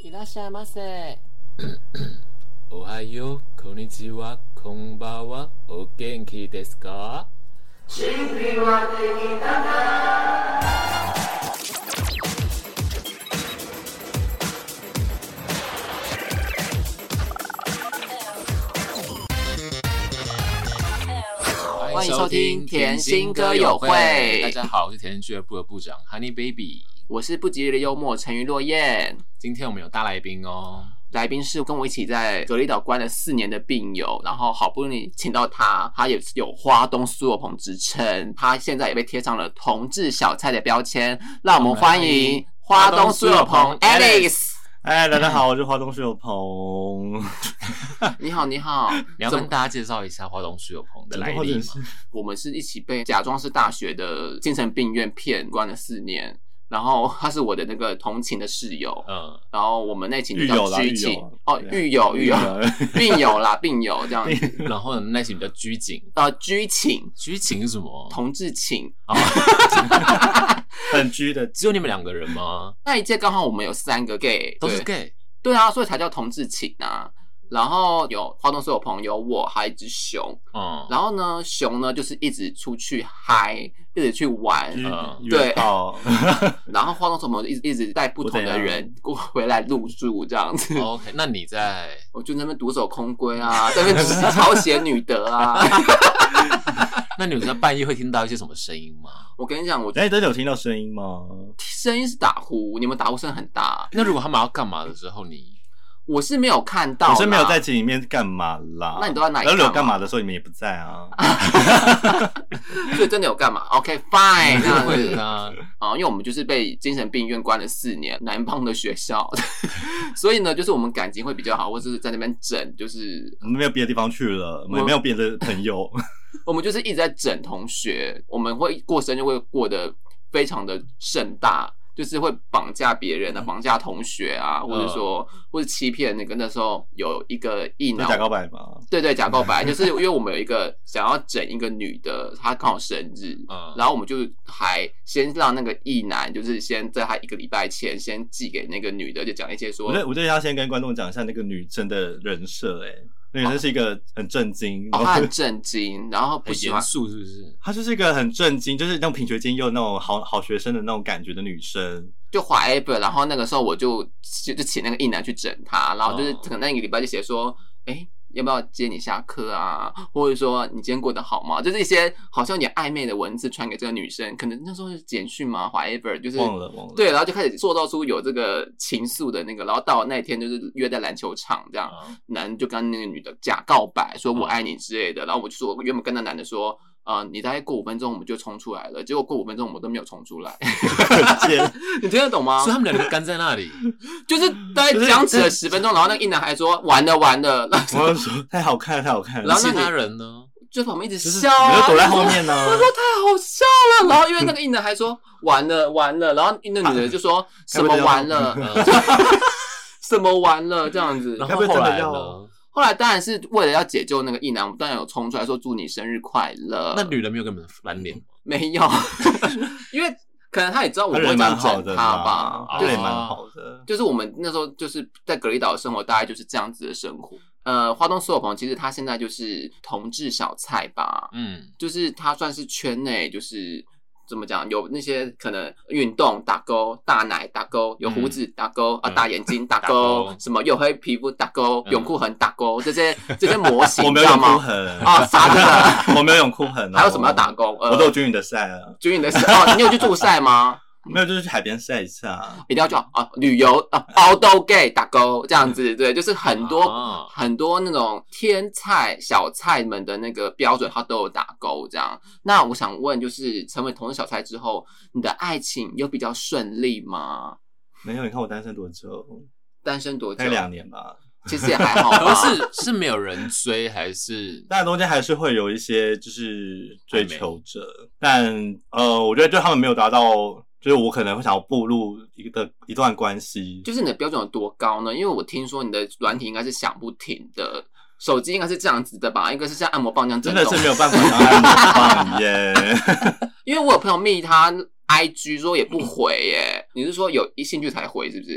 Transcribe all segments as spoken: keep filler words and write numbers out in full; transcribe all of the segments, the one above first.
いらっしゃいませ。 おはよう、こんにちは、こんばんは、お元気ですか？ 新品はできたか？欢迎收听甜心歌友会。 大家好，我是甜心俱乐部的部长 Honey Baby， 我是不吉利的幽默沉鱼落雁。 今天我们有大来宾哦， 来宾是跟我一起在隔离岛关了四年的病友，然后好不容易请到他，他也有花东苏有朋之称，他现在也被贴上了同志小菜的标签，让我们欢迎花东苏有朋 Alex。 哎，大家好，我是花东苏有朋。 你好，你好， 你要跟大家介绍一下花东苏有朋的来历吗？ 我们是一起被假装是大学的精神病院骗关了四年。然后他是我的那个同寝的室友，嗯，然后我们那寝就叫居寝，哦，狱友狱友，病友啦，病友这样子。 然后那寝叫居寝， 呃，居寝， 居寝是什么？ 同志寝， 很居的， 只有你们两个人吗？ 那一届刚好我们有三个 gay， 都是 gay， 对啊，所以才叫同志寝啊。然后有花东所有朋友，我还有一只熊，嗯，然后呢，熊呢就是一直出去嗨，一直去玩， 嗯， 对，然后花东所有朋友一直一直带不同的人过回来入住这样子。 OK， 那你在？ 我就在那边独守空闺啊，在那边抄写女德啊。 那你们在半夜会听到一些什么声音吗？ 我跟你讲，我哎，真的有听到声音吗？ 声音是打呼，你们打呼声很大。 那如果他们要干嘛的时候，你？ 我是没有看到啦， 我是没有在井里面干嘛啦。 那你都在哪里干嘛？ 然后有干嘛的时候，你们也不在啊。 所以真的有干嘛 ？OK fine， 这样子啊， 啊，因为我们就是被精神病院关了四年，南方的学校，所以呢，就是我们感情会比较好，或者是在那边整，就是我们没有别的地方去了，我们也没有别的朋友， 我们就是一直在整同学，我们会过生日会过得非常的盛大。就是会绑架别人啊，绑架同学啊，或者说，呃、或者欺骗那个那时候有一个异男假告白嘛， 对对，假告白，就是因为我们有一个想要整一个女的，她刚好生日，嗯、然后我们就还先让那个异男，就是先在他一个礼拜前先寄给那个女的，就讲一些说， 我觉得我觉得要先跟观众讲一下那个女生的人设，哎。那女生是一个很震惊， 哦，她很震惊，然后不很严肃，是不是？ 她就是一个很震惊，就是那种品学兼优、那种好好学生的那种感觉的女生。 就滑 app， 然后那个时候我就就就请那个异男去整她，然后就是可能那个礼拜就写说，哎、欸。要不要接你下课啊？或者说你今天过得好吗？就是一些好像有点暧昧的文字传给这个女生，可能那时候是简讯嘛 ，whatever， 就是忘了忘了。 对，然后就开始塑造出有这个情愫的那个，然后到了那天就是约在篮球场这样，嗯、男就跟那个女的假告白，说我爱你之类的，然后我就说，我原本跟那男的说。呃，你大概过五分钟我们就冲出来了，结果过五分钟我们都没有冲出来，你听得懂吗？ 所以他们两个干在那里， 就是大概僵持了十分钟，然后那个一男还说完了完了， 我就说太好看了太好看了， 然后其他人呢？ 就旁边一直笑啊， 你就躲在后面呢、啊。 我说太好笑了，然后因为那个一男还说完了完了，然后那女的就说什么完了，什么完了这样子， 然后后来呢？ 后来当然是为了要解救那个异男，我们当然有冲出来说祝你生日快乐。 那女的没有跟你们翻脸吗？ 没有，因为可能他也知道我会这样整他吧， 对，蛮好的。 就是我们那时候就是在隔离岛的生活，大概就是这样子的生活。呃，花东苏有朋其实他现在就是同志小菜吧，嗯，就是他算是圈内就是。怎么讲？有那些可能运动打勾，大奶打勾，有胡子打勾、嗯、啊，大眼睛打勾，打什么黝黑皮肤打勾，嗯、泳裤痕打勾，这些这些模型， 我没有泳裤痕啊，啥的， 我没有泳裤痕、哦， 还有什么要打勾？呃、 我都有军营的晒啊， 军营的晒哦，你有去驻晒吗？ 没有，就是去海边晒一下， 一定要去啊！旅游啊，包都 gay 打勾这样子，对，就是很多、啊、很多那种天菜小菜们的那个标准，它都有打勾这样。那我想问，就是成为同志小菜之后，你的爱情有比较顺利吗？ 没有，你看我单身多久？ 单身多久？ 大概两年吧。 其实也还好吧。 是是没有人追，还是当然中间还是会有一些就是追求者，但呃，我觉得就他们没有达到。就是我可能会想要步入一个一段关系， 就是你的标准有多高呢？因为我听说你的软体应该是响不停的，手机应该是这样子的吧？应该是像按摩棒这样震动， 真的是没有办法当按摩棒耶。 因为我有朋友密他 I G 说也不回耶，你是说有一兴趣才回是不是？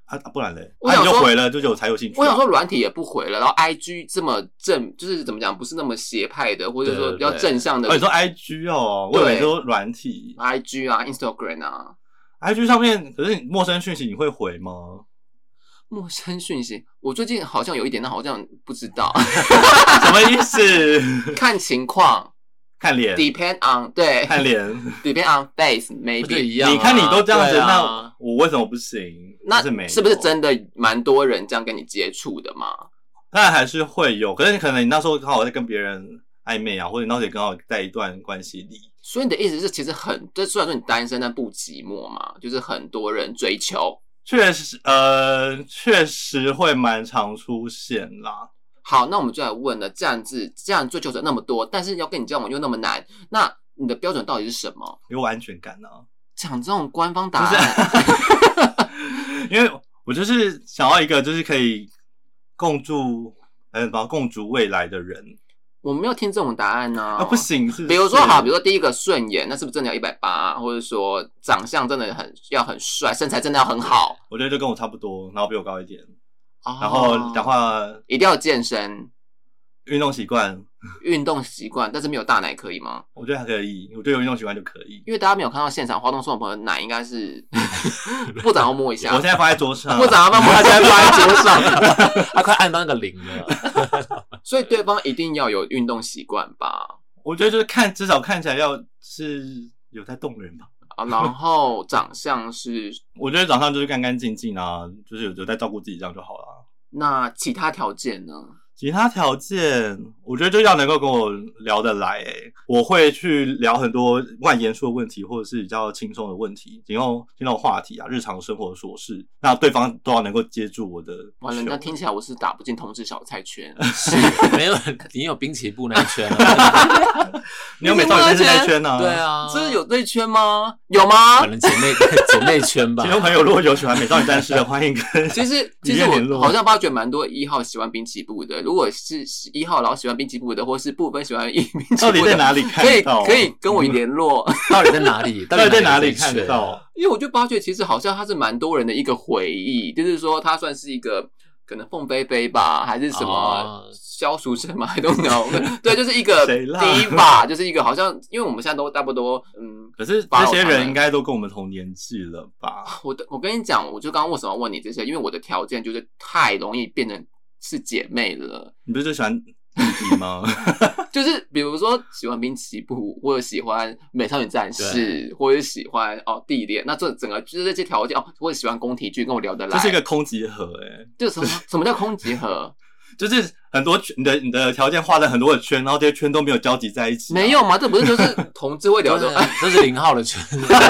啊，不然嘞，我想说、啊、你就回了，就我才有兴趣、啊。 我想说软体也不回了，然后 I G 这么正，就是怎么讲，不是那么斜派的，或者说比较正向的。 哦，你说 I G 哦，我以为说软体 ，I G 啊 ，Instagram 啊 ，I G 上面，可是你陌生讯息你会回吗？ 陌生讯息，我最近好像有一点，但好像不知道什么意思？ 看情况。 看脸 ，depend on 对， 看脸 ，depend on face maybe 一样、啊。 你看你都这样子， 啊、 那我为什么不行？ 那是没， 是不是真的蛮多人这样跟你接触的嘛？ 当然还是会有，可是可能你那时候刚好在跟别人暧昧啊，或者你那时候也刚好在一段关系里。 所以你的意思是，其实很，就虽然说你单身，但不寂寞嘛，就是很多人追求。 确实，呃，确实会蛮常出现啦。 好，那我们就来问了，这样子，这样追求者那么多，但是要跟你交往又那么难，那你的标准到底是什么？ 有安全感呢、啊？ 讲这种官方答案， 因为我就是想要一个就是可以共筑，呃，共筑未来的人。 我没有听这种答案呢、啊， 啊，不行，是不是？ 比如说好，比如说第一个顺眼，那是不是真的要一百八，或者说长相真的很要很帅，身材真的要很好？ 我觉得就跟我差不多，然后比我高一点。 哦、 然后讲话一定要健身， 运动习惯， 运动习惯，但是没有大奶可以吗？ 我觉得还可以，我觉得有运动习惯就可以。 因为大家没有看到现场，花东送的朋友奶应该是部长要摸一下。 我现在放在桌上， 部长要帮我，他现在放在桌上， 他快按到那个零了。 所以对方一定要有运动习惯吧？ 我觉得就是看，至少看起来要是有在动人吧。 啊，然后长相是， 我觉得长相就是干干净净啊，就是有有在照顾自己这样就好了。 那其他条件呢？ 其他条件，我觉得就要能够跟我聊得来、欸。我会去聊很多万严肃的问题，或者是比较轻松的问题，然后那种话题啊，日常生活的琐事，那对方都要能够接住我的。 完了，那听起来我是打不进同志小菜圈。 是，没有，你有滨崎步那一圈啊， 你有美少女战士那一圈啊？ 对啊， 这有这一圈吗？有吗？ 可能姐妹姐妹圈吧。 听众朋友如果有喜欢美少女战士的，欢迎跟其实其实我好像发觉蛮多一号喜欢滨崎步的。如果是一号，然后喜欢滨崎步的，或是部分喜欢滨崎步的， 到底在哪里看到？ 可以可以跟我联络。 到底在哪里？ 到底在哪里看到？ 因为我就发觉，其实好像它是蛮多人的一个回忆，就是说它算是一个可能凤飞飞吧，还是什么萧淑慎嘛 ，I don't know。对，就是一个diva，就是一个好像，因为我们现在都差不多，嗯。 可是这些人应该都跟我们同年纪了吧？ 我的，我跟你讲，我就刚刚为什么问你这些，因为我的条件就是太容易变成是姐妹了。 你不是就喜欢弟弟吗？ 就是比如说喜欢滨崎步，或者喜欢美少女战士，或者喜欢哦地恋，那这整个就是这些条件哦，或者喜欢宫崎骏，跟我聊得来， 这是一个空集合哎、欸。 就什么什么叫空集合？ 就是很多你的你的条件画了很多的圈，然后这些圈都没有交集在一起、啊。 没有吗？这不是就是同志会聊的？ 这是零号的圈。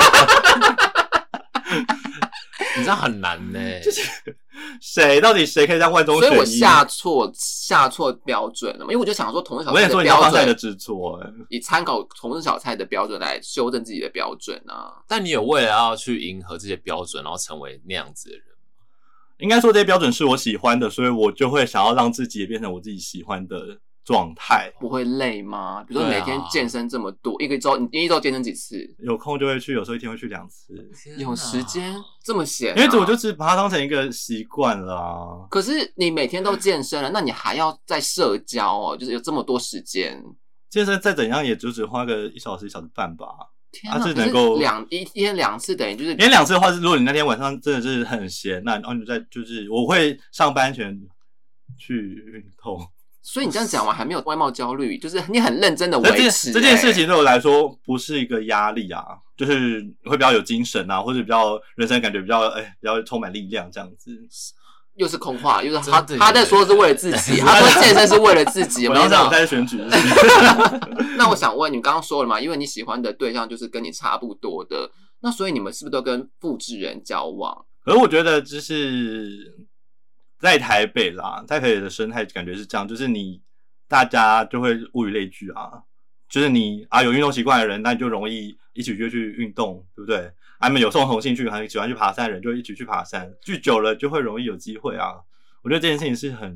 你这样很难呢、欸。 就是谁到底谁可以让万中选一？ 所以我下错下错标准了嘛？因为我就想说同志小菜的标准， 我跟你说你要放下你的执着、欸， 以参考同志小菜的标准来修正自己的标准啊。 但你有为了要去迎合这些标准，然后成为那样子的人？ 应该说这些标准是我喜欢的，所以我就会想要让自己也变成我自己喜欢的状态。 不会累吗？比如说每天健身这么多，一个周你一周健身几次？ 有空就会去，有时候一天会去两次。 有时间这么闲、啊？ 因为我就只把它当成一个习惯了啊。 可是你每天都健身了，那你还要再社交哦，就是有这么多时间。 健身再怎样也就只花个一小时一小时半吧。 天哪， 它是能够两一天两次，等于就是一天两次的话，是如果你那天晚上真的是很闲，那然后你在就是我会上班前去运动。 所以你这样讲完还没有外貌焦虑，就是你很认真的维持、欸、 这件事情对我来说不是一个压力啊，就是会比较有精神啊，或者比较人生感觉比较哎、欸、比较充满力量这样子。 又是空话，又是他他在说是为了自己，他说健身是为了自己。 我刚才我在选举。 那我想问你，刚刚说了嘛，因为你喜欢的对象就是跟你差不多的，那所以你们是不是都跟复制人交往？ 可是我觉得就是在台北啦，在台北的生态感觉是这样，就是你大家就会物以类聚啊，就是你啊有运动习惯的人，那你就容易一起约去运动，对不对？他们有共同兴趣，还喜欢去爬山的人，就一起去爬山。聚久了就会容易有机会啊。我觉得这件事情是很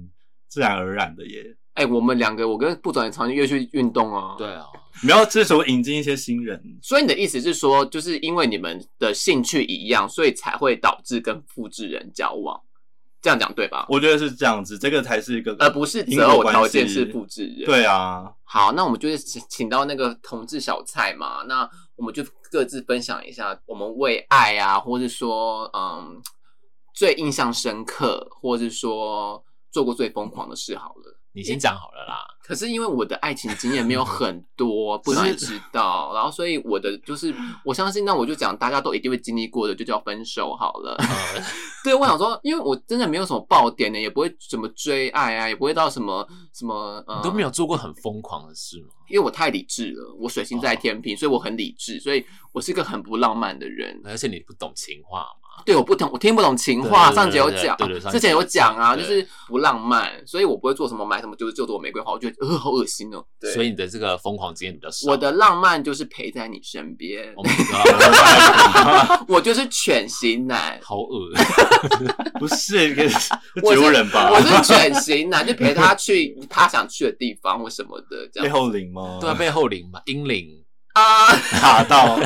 自然而然的耶。 哎、欸，我们两个，我跟部长也常常约去运动啊。 对啊， 没有这时候引进一些新人。 所以你的意思是说，就是因为你们的兴趣一样，所以才会导致跟复制人交往，这样讲对吧？ 我觉得是这样子，这个才是一个， 而不是择偶条件是复制人。 对啊。 好，那我们就是请到那个同志小菜嘛，那我们就各自分享一下我们为爱啊，或是说嗯最印象深刻，或是说做过最疯狂的事好了。 你先讲好了啦。 可是因为我的爱情经验没有很多，不让你知道，然后所以我的就是我相信，那我就讲大家都一定会经历过的，就叫分手好了。嗯、对，我想说，因为我真的没有什么爆点的，也不会什么追爱啊，也不会到什么什么，呃、 你都没有做过很疯狂的事吗？ 因为我太理智了，我水星在天秤，哦、所以我很理智，所以我是一个很不浪漫的人， 而且你不懂情话嘛。 对，我不懂，我听不懂情话。上集有讲，之前有讲啊，就是不浪漫，所以我不会做什么买什么就是救做玫瑰花，我觉得呃好恶心哦。对， 所以你的这个疯狂经验比较少。 我的浪漫就是陪在你身边， oh my god 我就是犬型男， 好恶不是，我是植物人吧？ 我是犬型男，就陪他去他想去的地方或什么的，这样。 背后灵吗？ 对啊，背后灵嘛，阴灵。 啊， 打到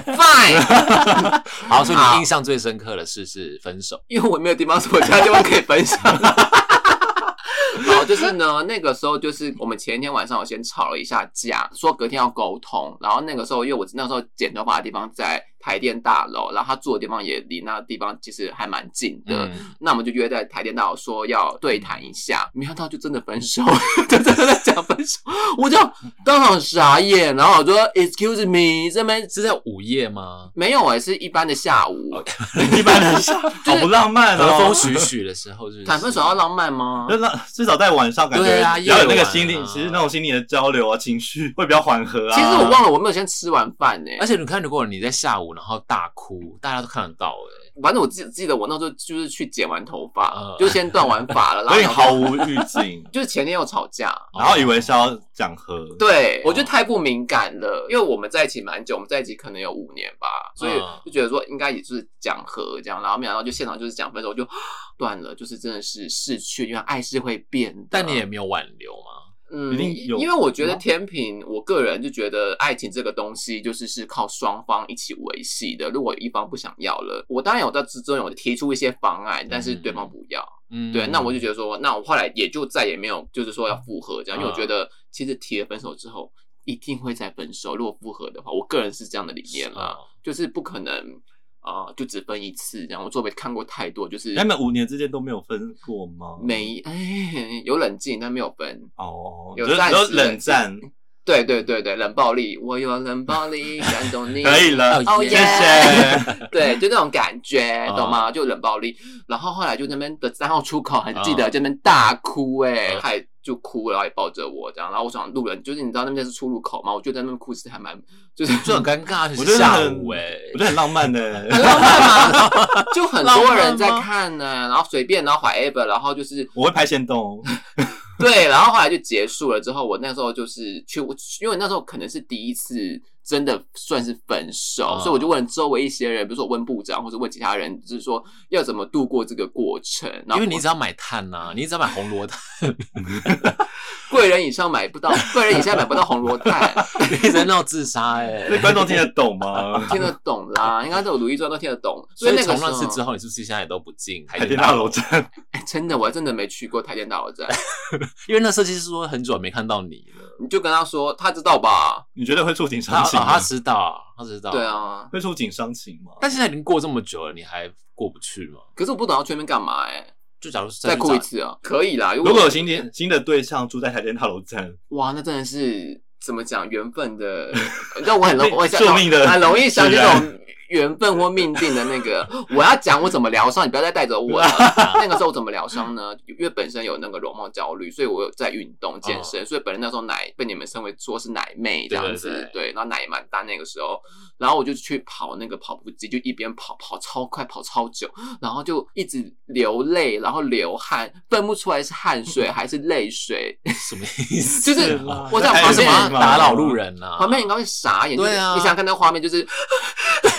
，fine。 好，所以你印象最深刻的事是分手， 因为我没有地方，我其他地方可以分享。好，就是呢，那个时候就是我们前一天晚上我先吵了一下架，说隔天要沟通，然后那个时候因为我那时候剪头发的地方在台电大楼，然后他住的地方也离那个地方其实还蛮近的，嗯、那我们就约在台电大楼说要对谈一下，没想到就真的分手，就真的在讲分手，我就当场傻眼，然后我说 Excuse me， 这边是在午夜吗？ 没有诶、欸，是一般的下午， 一般的下午，好不浪漫哦， 和风徐徐的时候是不是， 谈分手要浪漫吗？ 至少在晚上感觉要有那个心理，其实那种心理的交流啊，情绪会比较缓和啊。 其实我忘了我没有先吃完饭呢、欸， 而且你看，如果你在下午然后大哭，大家都看得到哎、 欸。反正我记记得我那时候就是去剪完头发，嗯、就先断完发了，然后所以毫无预警， 就是前天有吵架， 然后以为是要讲和。 对，我觉得太不敏感了，因为我们在一起蛮久，我们在一起可能有五年吧，所以就觉得说应该也就是讲和这样，然后没想到就现场就是讲分手，就断了，就是真的是逝去，因为爱是会变的。 但你也没有挽留吗？ 嗯，因为我觉得天秤，我个人就觉得爱情这个东西就是是靠双方一起维系的。如果有一方不想要了，我当然有在之中有提出一些方案，但是对方不要，嗯，对，那我就觉得说，那我后来也就再也没有就是说要复合这样，因为我觉得其实提了分手之后一定会再分手。如果复合的话，我个人是这样的理念啦，就是不可能。啊、呃，就只分一次这样。我作为看过太多，就是他们五年之间都没有分过吗？ 没，哎，有冷静，但没有分。 哦， 有暂时冷战。 对对对对，冷暴力，我有冷暴力感动你。 可以了， 哦、oh, 谢谢。 对，就那种感觉，懂吗？就冷暴力。然后后来就那边的三号出口，很记得这边大哭、欸，哎、嗯，他也就哭了，然后也抱着我这样。然后我想路人，就是你知道那边是出入口吗？我觉得在那边哭是还蛮，就是就很尴尬。 我觉得下午哎、 欸，我觉得很浪漫的、欸， 很浪漫吗？就很多人在看呢、欸，然后随便，然后whatever，然后就是我会拍限动。 对，然后后来就结束了之后，我那时候就是去，因为那时候可能是第一次真的算是分手，哦、所以我就问周围一些人，比如说我问部长或者问其他人，就是说要怎么度过这个过程。然后因为你只要买炭呐、啊，你只要买红罗炭， 贵人以上买不到，贵人以下买不到红罗炭， 你在闹自杀哎、欸！ 那观众听得懂吗？ 听得懂啦，应该都有《如懿传》都听得懂。 所以从那次之后，你是不是现在也都不进台电大楼站？ 哎，真的，我还真的没去过台电大楼站。 因为那设计师说很久没看到你了， 你就跟他说，他知道吧？ 你觉得会触景伤情吗？ 他知道，他知道。 对啊， 会触景伤情吗？ 但现在已经过这么久了，你还过不去吗？ 可是我不懂要去那边干嘛哎、欸。 就假如再哭一次啊，可以啦。 如果有新的新的对象住在台电大楼站， 哇，那真的是怎么讲缘分的？你知道我很容我宿命的， 很容易想这种。缘分或命定的那个，我要讲我怎么疗伤，你不要再带着我了。那个时候我怎么疗伤呢？因为本身有那个容貌焦虑，所以我有在运动健身，哦、所以本人那时候奶被你们称为说是奶妹这样子，对, 对, 对, 对，然后奶也蛮大那个时候，然后我就去跑那个跑步机，就一边跑跑超快，跑超久，然后就一直流泪，然后流汗，分不出来是汗水还是泪水， 什么意思？ 就是我在旁边打扰路人啊， 旁边应该会傻眼， 对啊， 你想看那个画面就是。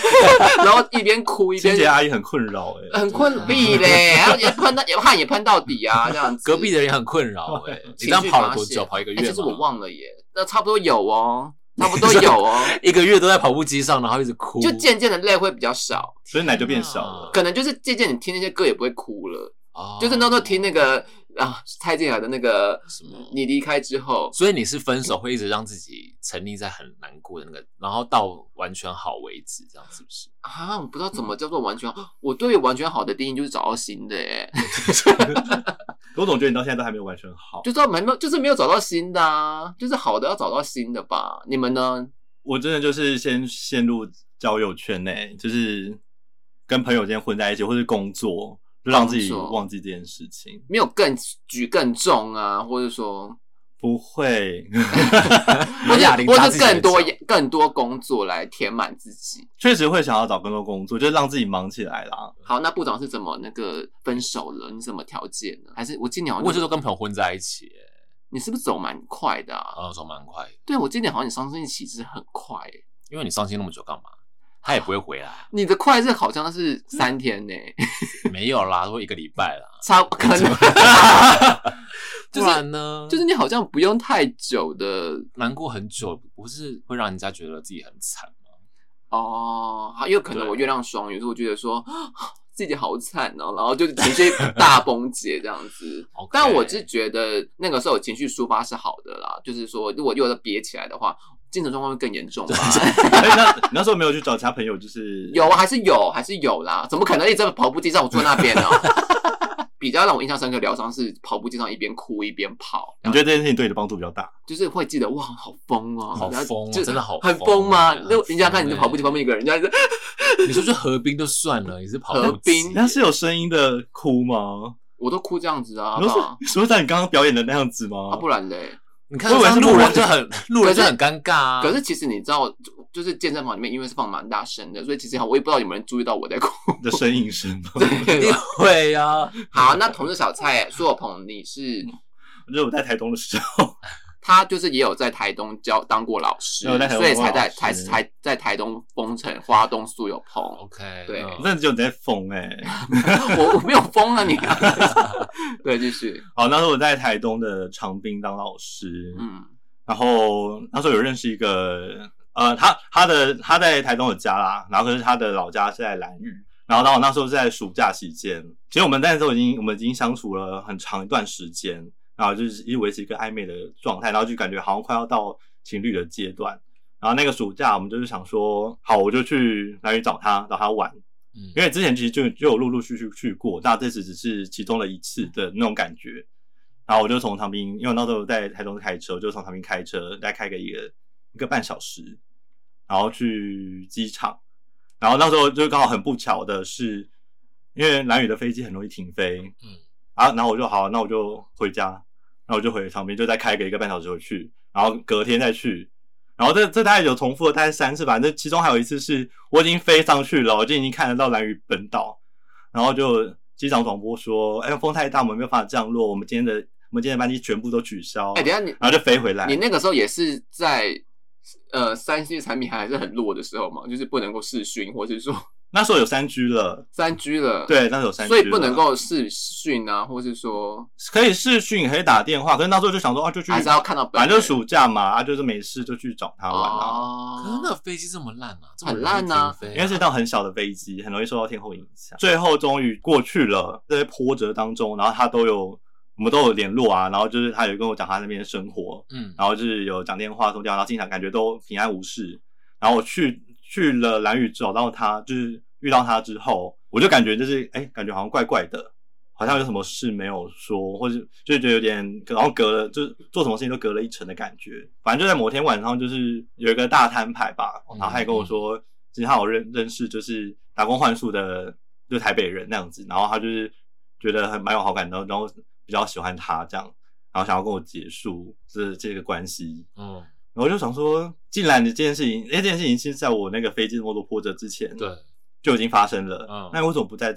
然后一边哭一边。 清洁阿姨很困扰哎、 欸，很困闭嘞，然后也喷到也汗也喷到底啊，这样子。 隔壁的人很困扰哎，你这样跑了多久？跑一个月吗？ 欸、其实我忘了耶，那差不多有哦。差不多有哦， 一个月都在跑步机上，然后一直哭， 就渐渐的泪会比较少， 所以奶就变少了。 可能就是渐渐你听那些歌也不会哭了，哦、就是那时候听那个啊蔡健雅的那个什么，你离开之后， 所以你是分手会一直让自己沉溺在很难过的那个，然后到完全好为止，这样是不是？ 啊，我不知道怎么叫做完全好，嗯、我对完全好的定义就是找到新的耶。 我总觉得你到现在都还没有完全好， 就是没有，就是没有找到新的啊，就是好的要找到新的吧？你们呢？ 我真的就是先陷入交友圈内，就是跟朋友间混在一起，或是工作，就让自己忘记这件事情。 没有更举更重啊，或者说不会， 或者或者更多更多工作来填满自己。 确实会想要找更多工作，就是让自己忙起来啦。 好，那部长是怎么那个分手了？你什么条件呢？还是我今年好像我也是都跟朋友混在一起、欸， 你是不是走蛮快的啊？ 嗯，走蛮快的。 对，我今年好像你伤心起势很快、欸， 因为你伤心那么久干嘛？他也不会回来、啊。 你的快是好像是三天呢、欸， 没有啦，都一个礼拜啦， 差可能。 不然呢、 就是？就是你好像不用太久的难过很久，不是会让人家觉得自己很惨吗？ 哦，因为可能我月亮双鱼，所以我觉得说自己好惨哦，然后就是情绪大崩解这样子。 okay. 但我是觉得那个时候情绪抒发是好的啦，就是说如果又要憋起来的话，精神状况会更严重吧。 那你那时候没有去找其他朋友，就是有啊，还是有，还是有啦。怎么可能一直在跑步机上我坐那边呢？比较让我印象深刻的疗伤是跑步机上一边哭一边跑。 你觉得这件事情对你的帮助比较大？ 就是会记得哇，好疯哦， 好疯、哦， 就真的好疯、啊，很疯吗？那你想想看，你在跑步机旁边一个人，人家是你说去河滨就算了，你是跑河滨， 那是有声音的哭吗？ 我都哭这样子啊， 你说你说像你刚刚表演的那样子吗？ 啊，不然嘞。 你看，路人就很路人就很尴尬啊。 可是其实你知道，就是健身房里面因为是放蛮大声的，所以其实我也不知道有没有人注意到我在哭的呻吟声吗？ 对，会呀。 好，那同事小蔡苏有朋，你是？ 就是我在台东的时候， 他就是也有在台东教当过老师，所以才在才才在台东封城花东苏有朋。 OK， 对， 那只有你在疯哎， 我我没有疯啊你。对，继续。 好，那时候我在台东的长滨当老师， 嗯， 然后那时候有认识一个，呃，他他的他在台东有家啦，然后可是他的老家是在兰屿，然后当我那时候是在暑假期间，其实我们那时候已经我们已经相处了很长一段时间，然后就是一直维持一个暧昧的状态，然后就感觉好像快要到情侣的阶段，然后那个暑假我们就是想说，好，我就去兰屿找他，找他玩。嗯、因为之前其实就就有陆陆续续去过，那这次只是其中的一次的那种感觉。然后我就从长滨，因为我那时候在台东开车，我就从长滨开车，大概开个一个一个半小时，然后去机场。然后那时候就刚好很不巧的是，因为兰屿的飞机很容易停飞，嗯，啊，然后我就好，那我就回家，然后我就回长滨，就再开个一个半小时回去，然后隔天再去。然后这这大概有重复了大概三次吧，这其中还有一次是我已经飞上去了，我就已经看得到兰屿本岛，然后就机长广播说，哎，风太大，我们没有办法降落，我们今天的我们今天的班机全部都取消。 哎，等一下你， 然后就飞回来。 你那个时候也是在呃三 C 产品还是很弱的时候嘛，就是不能够视讯，或是说那时候有三 G 了， 三 G 了， 对，那时候有三 G 了，所以不能够视讯啊，或是说可以视讯，可以打电话，可是那时候就想说啊，就去还是要看到本人， 反正就是暑假嘛，啊，就是没事就去找他玩啊。 哦、可是那个飞机这么烂啊， 很烂啊， 因为是到很小的飞机，很容易受到天候影响。最后终于过去了，这些波折当中，然后他都有。我们都有联络啊，然后就是他有跟我讲他那边的生活，嗯，然后就是有讲电话、通电话，然后进场感觉都平安无事。然后我去去了兰屿找到他，就是遇到他之后，我就感觉就是哎、欸，感觉好像怪怪的，好像有什么事没有说，或者就觉得有点，然后隔了，就是做什么事情都隔了一层的感觉。反正就在某天晚上，就是有一个大摊牌吧，然后他还跟我说，其实他有认认识就是打工换宿的，就是台北人那样子，然后他就是觉得很蛮有好感的，然后。比较喜欢他这样，然后想要跟我结束这这个关系，嗯，然后我就想说，既然你这件事情，因为这件事情是在我那个飞机那么多波折之前， 对， 就已经发生了，嗯，那你为什么不在这件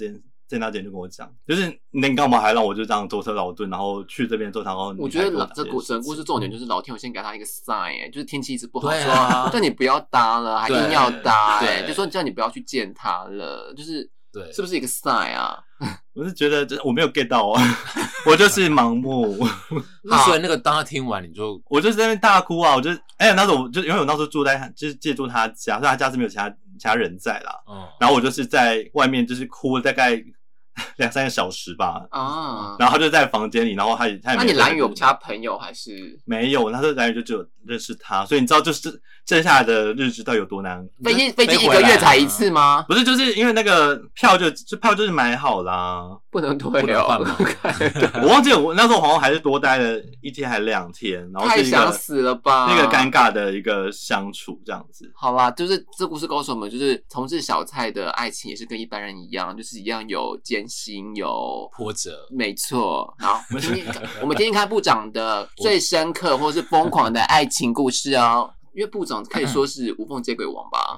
在那间就跟我讲，就是你干嘛还让我就这样舟车劳顿，然后去这边做，然后我觉得这故整个故事重点就是老天有先给他一个 sign， 哎，就是天气一直不好，说、 啊、 叫你不要搭了，还硬要搭，哎，就说叫你不要去见他了，就是对，是不是一个 sign 啊？ 我是觉得我没有 get 到啊，我就是盲目。 那所以那个当他听完你就， 我就在那边大哭啊！我就哎、欸，那时候我就因为我那时候住在就是借住他家，所以他家是没有其他其他人在啦。嗯，然后我就是在外面就是哭了大概两三个小时吧。啊，然后他就在房间里，然后他也他也没有。 那你蓝屿有其他朋友还是没有？那时候蓝屿就只有认识他，所以你知道就是剩下来的日子到底有多难？ 飞机飞机一个月才一次吗？ 不是，就是因为那个票就就票就是买好啦， 不能退哦。 我忘记我那时候好像还是多待了一天还两天，然后是一个太想死了吧？ 那个尴尬的一个相处这样子。 好啦，就是这故事告诉我们，就是同志小菜的爱情也是跟一般人一样，就是一样有艰辛有波折。 没错。好，我们听听我们听听看部长的最深刻或是疯狂的爱情故事哦。因为部长可以说是无缝接轨王吧。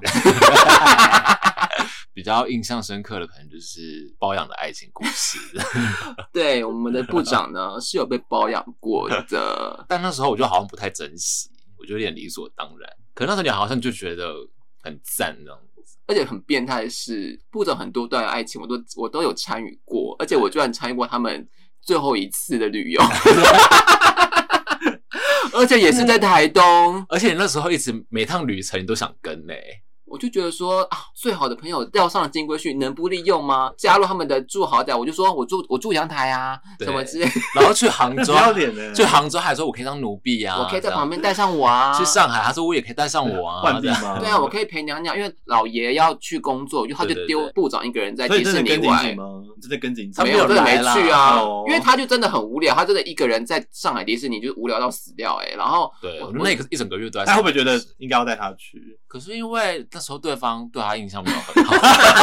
比较印象深刻的可能就是包养的爱情故事。 对，我们的部长呢是有被包养过的， 但那时候我就好像不太珍惜，我就有点理所当然。可是那时候你好像就觉得很赞这样子。 而且很变态的是，部长很多段爱情我都我都有参与过，而且我居然参与过他们最后一次的旅游。而且也是在台东， 而且你那时候一直每趟旅程你都想跟呢、欸。 我就觉得说啊，最好的朋友钓上了金龟婿，能不利用吗？加入他们的住豪宅，我就说我住我住阳台啊，什么之类。 然后去杭州， 不要脸呢。 去杭州还说我可以当奴婢啊， 我可以在旁边带上我啊。 去上海，他说我也可以带上我啊， 换地吗？ 对啊，我可以陪娘娘，因为老爷要去工作，就他就丢部长一个人在迪士尼玩。 真的跟紧他没有真的没去啊，因为他就真的很无聊，他真的一个人在上海迪士尼就无聊到死掉哎、欸。然后对，我那个一整个月都在。 他会不会觉得应该要带他去？ 可是因为那时候对方对他印象没有很好，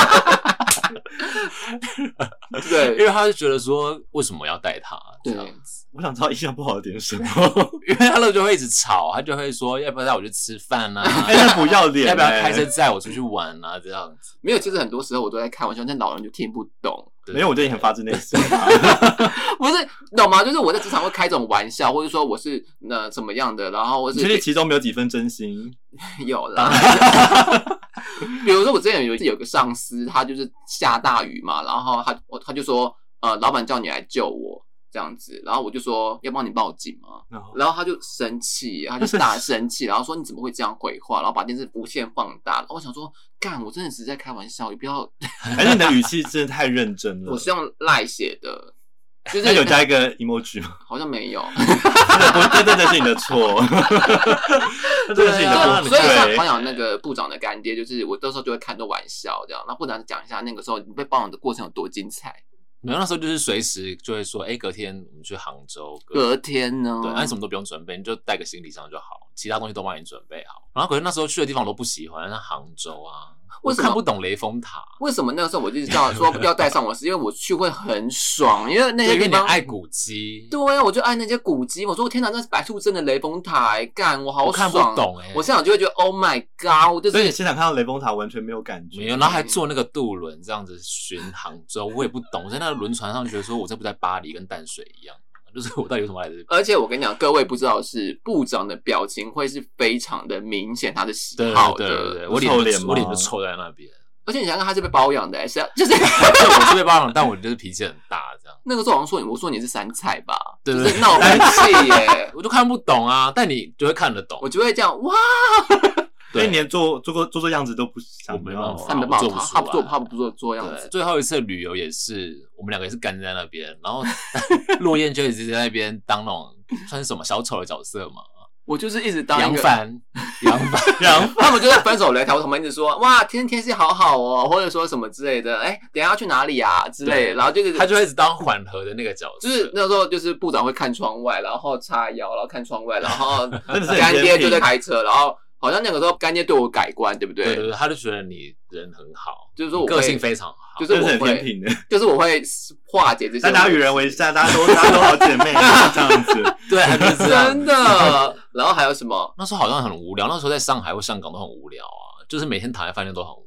对，因为他就觉得说为什么要带他这样子。 我想知道印象不好的点是什么， 因为他那就会一直吵，他就会说要不要带我去吃饭啊？ 哎、欸，不要脸、欸！ 要不要开车载我出去玩啊？这样子没有，其实很多时候我都在开玩笑，但老人就听不懂。 没有，我对你很发自内心。 不是懂吗？就是我在职场会开这种玩笑，或者说我是那怎么样的，然后我是其实其中没有几分真心， 有啦。比如说我之前有有个上司，他就是下大雨嘛，然后他他就说呃，老板叫你来救我。这样子，然后我就说要帮你报警吗？ No. 然后他就生气，他就大生气，然后说你怎么会这样回话？然后把电视无限放大。然后我想说，干，我真的是在开玩笑，你不要。 而且你的语气真的太认真了。 我是用赖写的，就是他有加一个 emoji 吗？ 好像没有。 这真的是你的错，这真的是你的错。 所以像包养那个部长的干爹，就是我到时候就会看作玩笑这样。然后部长讲一下那个时候你被包养的过程有多精彩。 没有，那时候就是随时就会说，哎、欸，隔天我们去杭州。 隔, 隔天呢？ 对，那什么都不用准备，你就带个行李箱就好，其他东西都帮你准备好。然后可是那时候去的地方我都不喜欢，像杭州啊，为什么看不懂雷峰塔？ 为什么那个时候我就叫说要带上我？是因为我去会很爽，因为那些地方爱古迹。 对啊，我就爱那些古迹。我说我天哪，那是白兔镇的雷峰塔、欸，干我好爽，我看不懂哎、欸。 我现场就会觉得 Oh my God， 我就是。 所以你现场看到雷峰塔完全没有感觉， 没有，然后还坐那个渡轮这样子巡杭州，我也不懂。我在那个轮船上觉得说，我这不在巴黎跟淡水一样。就是我到底有什么来的？ 而且我跟你讲，各位不知道的是，部长的表情会是非常的明显，他的喜好的。 对对对对，我脸我脸就臭在那边。 而且你想想，他是被包养的、欸，是就是我是被包养，但我就是脾气很大，这样。 那个时候好像说你，我说你是山菜吧， 对对对， 就是闹脾气耶， 我就看不懂啊，但你就会看得懂， 我就会这样哇。 所以你连做做过做做样子都不想， 我没办法， 他没办法，他不做，他不做做样子。 最后一次旅游也是，我们两个也是干在那边，然后落雁就一直在那边当那种算是什么小丑的角色嘛。 我就是一直当杨帆，杨帆，杨帆， 他们就在分手擂台，我他们一直说哇，今天天气好好哦，或者说什么之类的，哎、欸，等一下要去哪里啊之类的，然后就是他就会一直当缓和的那个角色， 就是那时候就是部长会看窗外，然后叉腰，然后看窗外，然后干爹就在开车，然后好像那个时候干爹对我改观，对不对？ 对对对，他就觉得你人很好， 就是说我个性非常好， 就是我会， 天平的， 就是我会化解这些， 大家与人为善，大家都大家都好姐妹这样子， 对，就是这样， 真的。然后还有什么？ 那时候好像很无聊，那时候在上海或香港都很无聊啊，就是每天躺在饭店都很无聊。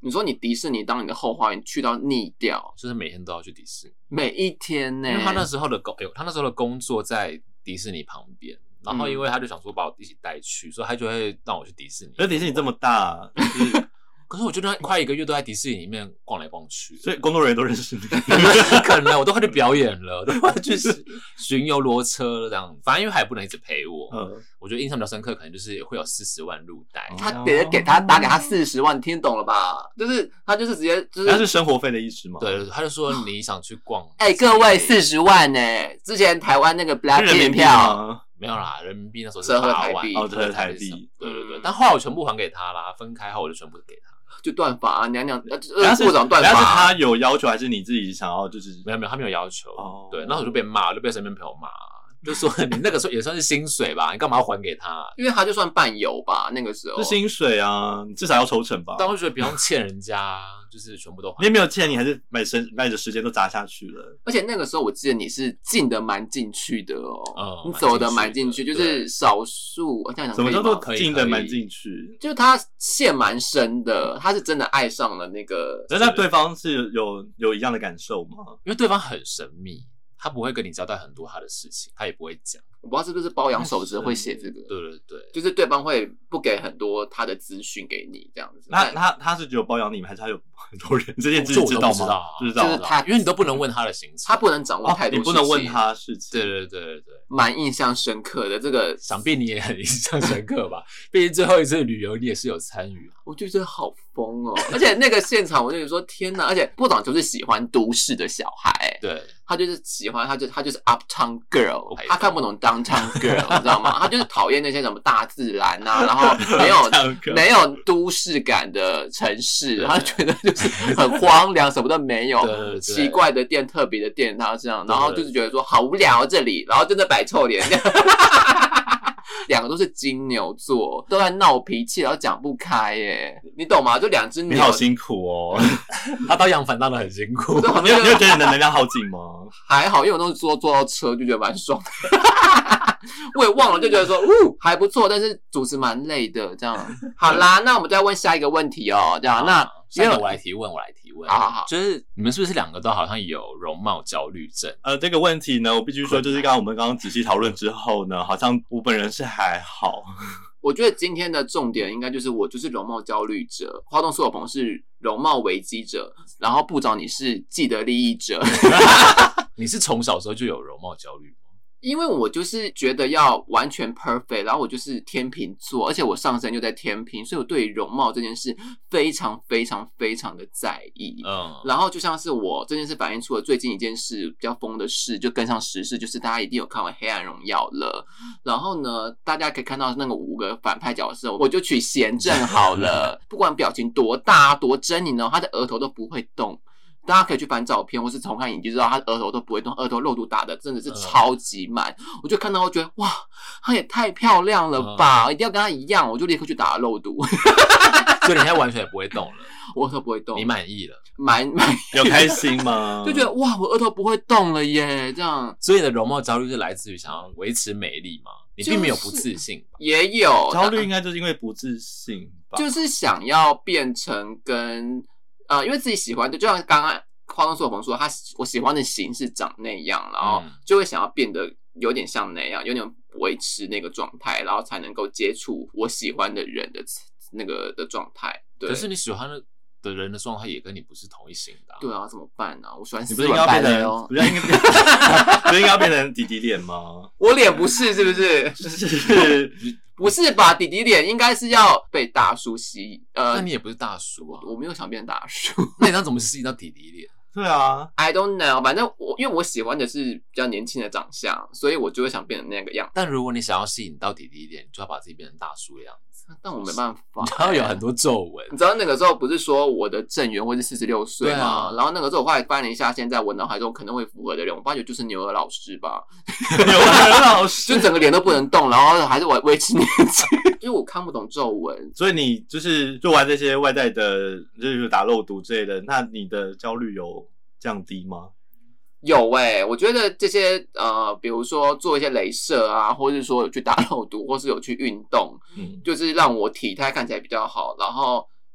你说你迪士尼当你的后花园去到腻掉， 就是每天都要去迪士尼， 每一天呢、欸？ 因为他那时候的工，哎呦，他那时候的工作在迪士尼旁边。然后因为他就想说把我一起带去，所以他就会让我去迪士尼。 而迪士尼这么大，就是、 可是我就快一个月都在迪士尼里面逛来逛去， 所以工作人员都认识你。 可能我都快去表演了，都快去巡游罗车这样。反正因为他也不能一直陪我，嗯，我觉得印象比较深刻，可能就是会有四十万入袋。 他得给他打给他四十万，你听懂了吧？就是他就是直接就是， 他是生活费的意思吗？ 对，他就说你想去逛， 哎、欸，各位四十万呢、欸？之前台湾那个 Blackpink 票。 没有啦，人民币那时候是八万， 哦，折合台币， 对对对。但后来我全部还给他啦，分开后我就全部给他， 就断发啊，娘娘，呃，部长断发。 但是他有要求，还是你自己想要？就是没有没有，他没有要求。哦，对，那我就被骂，就被身边朋友骂。就说你那个时候也算是薪水吧，你干嘛要还给他、啊？ 因为他就算伴游吧，那个时候是薪水啊，你至少要抽成吧。 但我觉得不用欠人家，就是全部都还。 你也没有欠，你还是买时买的时间都砸下去了。 而且那个时候我记得你是进的蛮进去的哦，嗯、你走的蛮进去，就是少数。我这样讲， 什么叫做进的蛮进去？ 就是他陷蛮深的，他是真的爱上了那个。 那对方是有有一样的感受吗？ 因为对方很神秘。他不会跟你交代很多他的事情，他也不会讲。 我不知道是不是包养守则会写这个。 对对对， 就是对方会不给很多他的资讯给你这样子。 那他他是只有包养你们，还是他有很多人？这件事知道吗？ 不知道，就是他，因为你都不能问他的行程， 他不能掌握太多事情、 哦，你不能问他事情。 对对对对对， 蛮印象深刻的这个， 想必你也很印象深刻吧？毕竟最后一次旅游你也是有参与啊。 我就觉得好疯哦，而且那个现场我就说天哪！而且部长就是喜欢都市的小孩， 对。 他就是喜欢，他就他就是 uptown girl， 他看不懂 downtown girl， 你知道吗？他就是讨厌那些什么大自然啊，然后没有没有都市感的城市，他觉得就是很荒凉，什么都没有， 对对对， 奇怪的店、特别的店，他这样，然后就是觉得说好无聊这里，然后真的摆臭脸。两个都是金牛座，都在闹脾气，然后讲不开耶，你懂吗？就两只牛， 你好辛苦哦。 他当杨凡当的很辛苦， 你有你有觉得你的能量好紧吗？ 还好，因为我都是坐坐到车就觉得蛮爽的。我也忘了，就觉得说，呜，还不错，但是主持蛮累的，这样。好啦，那我们再问下一个问题哦，这样。那下一个我来提问，我来提问。 好好好， 就是你们是不是两个都好像有容貌焦虑症？ 呃，这个问题呢，我必须说，就是刚刚我们刚刚仔细讨论之后呢，好像我本人是还好。 我觉得今天的重点应该就是我就是容貌焦虑者，花东苏有朋是容貌危机者，然后部长你是既得利益者。 你是从小时候就有容貌焦虑吗？ 因为我就是觉得要完全 perfect， 然后我就是天秤座，而且我上升就在天秤，所以我对于容貌这件事非常非常非常的在意。嗯，然后就像是我这件事反映出了最近一件事比较疯的事，就跟上时事，就是大家一定有看完《黑暗荣耀》了。然后呢，大家可以看到那个五个反派角色，我就取贤正好了，不管表情多大多狰狞呢，他的额头都不会动。大家可以去翻照片或是重看影集，知道他额头都不会动，额头肉度打的真的是超级满。嗯、我就看到我觉得哇，他也太漂亮了吧，嗯、一定要跟他一样，我就立刻去打了肉毒。 所以你现在完全也不会动了， 我额头不会动， 你满意了？ 满满有开心吗？ 就觉得哇，我额头不会动了耶，这样。 所以你的容貌焦虑是来自于想要维持美丽吗？你并没有不自信吧？ 就是、也有焦虑，应该就是因为不自信吧？ 就是想要变成跟。呃，因为自己喜欢的，就像刚刚花东苏有朋说，他我喜欢的型是长那样，然后就会想要变得有点像那样，有点维持那个状态，然后才能够接触我喜欢的人的那个的状态。对， 可是你喜欢的的人的状态也跟你不是同一型的、啊。 对啊，怎么办呢、啊？我喜欢你不是应该变成，不是应该变，不是应该变成弟弟脸吗？ 我脸不是，是不是？是。不是吧？弟弟脸应该是要被大叔吸引。呃， 那你也不是大叔啊， 我没有想变大叔。 那你那怎么吸引到弟弟脸？ 对啊 ，I don't know。反正我因为我喜欢的是比较年轻的长相，所以我就会想变成那个样子。 但如果你想要吸引到弟弟脸，你就要把自己变成大叔的样子。 但我没办法， 你要有很多皱纹。 你知道那个时候不是说我的正缘会是四十六岁吗、啊？然后那个时候我后来翻了一下，现在我脑海中可能会符合的人，我发觉就是牛尔老师吧。 牛尔老师就整个脸都不能动，然后还是我维持年纪，因为我看不懂皱纹。 所以你就是做完这些外在的，就是打肉毒之类的，那你的焦虑有降低吗？ 有诶、欸，我觉得这些呃，比如说做一些雷射啊，或是说有去打肉毒，或是有去运动，嗯，就是让我体态看起来比较好，然后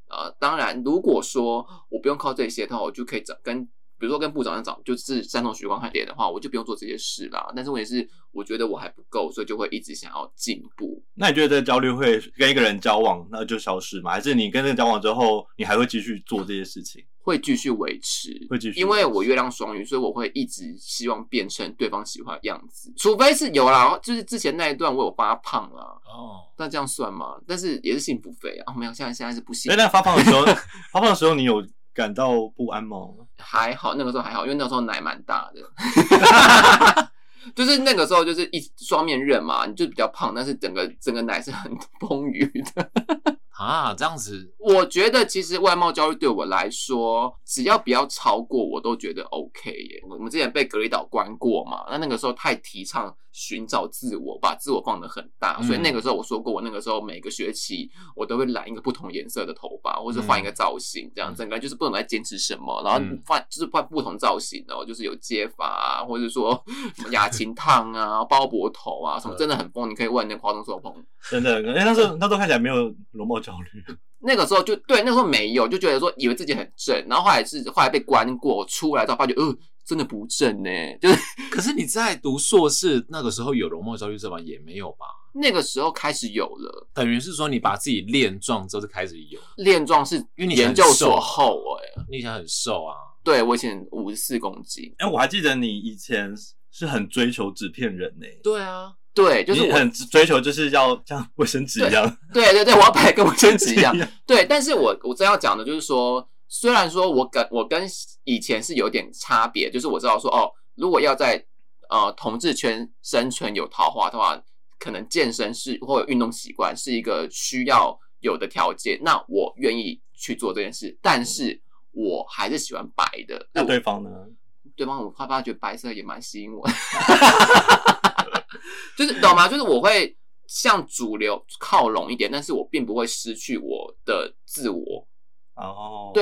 呃，当然如果说我不用靠这些的话，我就可以找跟比如说跟部长长就是山同许光汉点的话，我就不用做这些事啦。但是问题是，我觉得我还不够，所以就会一直想要进步。 那你觉得这个焦虑会跟一个人交往那就消失吗？还是你跟这个交往之后，你还会继续做这些事情？ 会继续维持， 会继续， 因为我月亮双鱼，所以我会一直希望变成对方喜欢的样子，除非是有啦，就是之前那一段我有发胖啦，哦，那这样算吗？但是也是幸福肥啊，哦、没有，现在现在是不幸福。 哎，那发胖的时候，发胖的时候你有感到不安吗？ 还好，那个时候还好，因为那个时候奶蛮大的。就是那个时候就是一双面刃嘛，你就比较胖，但是整个整个奶是很丰腴的。 啊，这样子， 我觉得其实外貌焦虑对我来说，只要不要超过，我都觉得 OK 耶。我们之前被隔离岛关过嘛，那那个时候太提倡寻找自我，把自我放得很大，所以那个时候我说过，我那个时候每个学期我都会染一个不同颜色的头发，或是换一个造型，这样整个就是不懂在坚持什么，然后换就是换不同造型哦，就是有接发啊，或者说什么雅琴烫啊、包脖头啊，什么真的很疯，你可以问那个华东手捧， 真的，哎，那时候那时候看起来没有容貌焦虑。 那个时候就对，那时候没有，就觉得说以为自己很正，然后后来是后来被关过出来之后，发觉呃真的不正呢、欸。就是， 可是你在读硕士那个时候有容貌焦虑症吗？也没有吧。 那个时候开始有了， 等于是说你把自己练壮之后就开始有。 练壮是因为你研究所后哎、欸， 你以前很瘦啊。 对，我以前五十四公斤。 哎、欸，我还记得你以前是很追求纸片人呢、欸。 对啊。 对，就是我很追求，就是要像卫生纸一样。 对对对，我要摆跟卫生纸一样。对，但是我我真要讲的就是说，虽然说我跟我跟以前是有点差别，就是我知道说哦，如果要在呃同志圈生存有桃花的话，可能健身是或者运动习惯是一个需要有的条件，那我愿意去做这件事，但是我还是喜欢白的。 那对方呢？ 对方我发觉白色也蛮吸引我的。就是懂吗？就是我会向主流靠拢一点，但是我并不会失去我的自我。 哦、oh. ，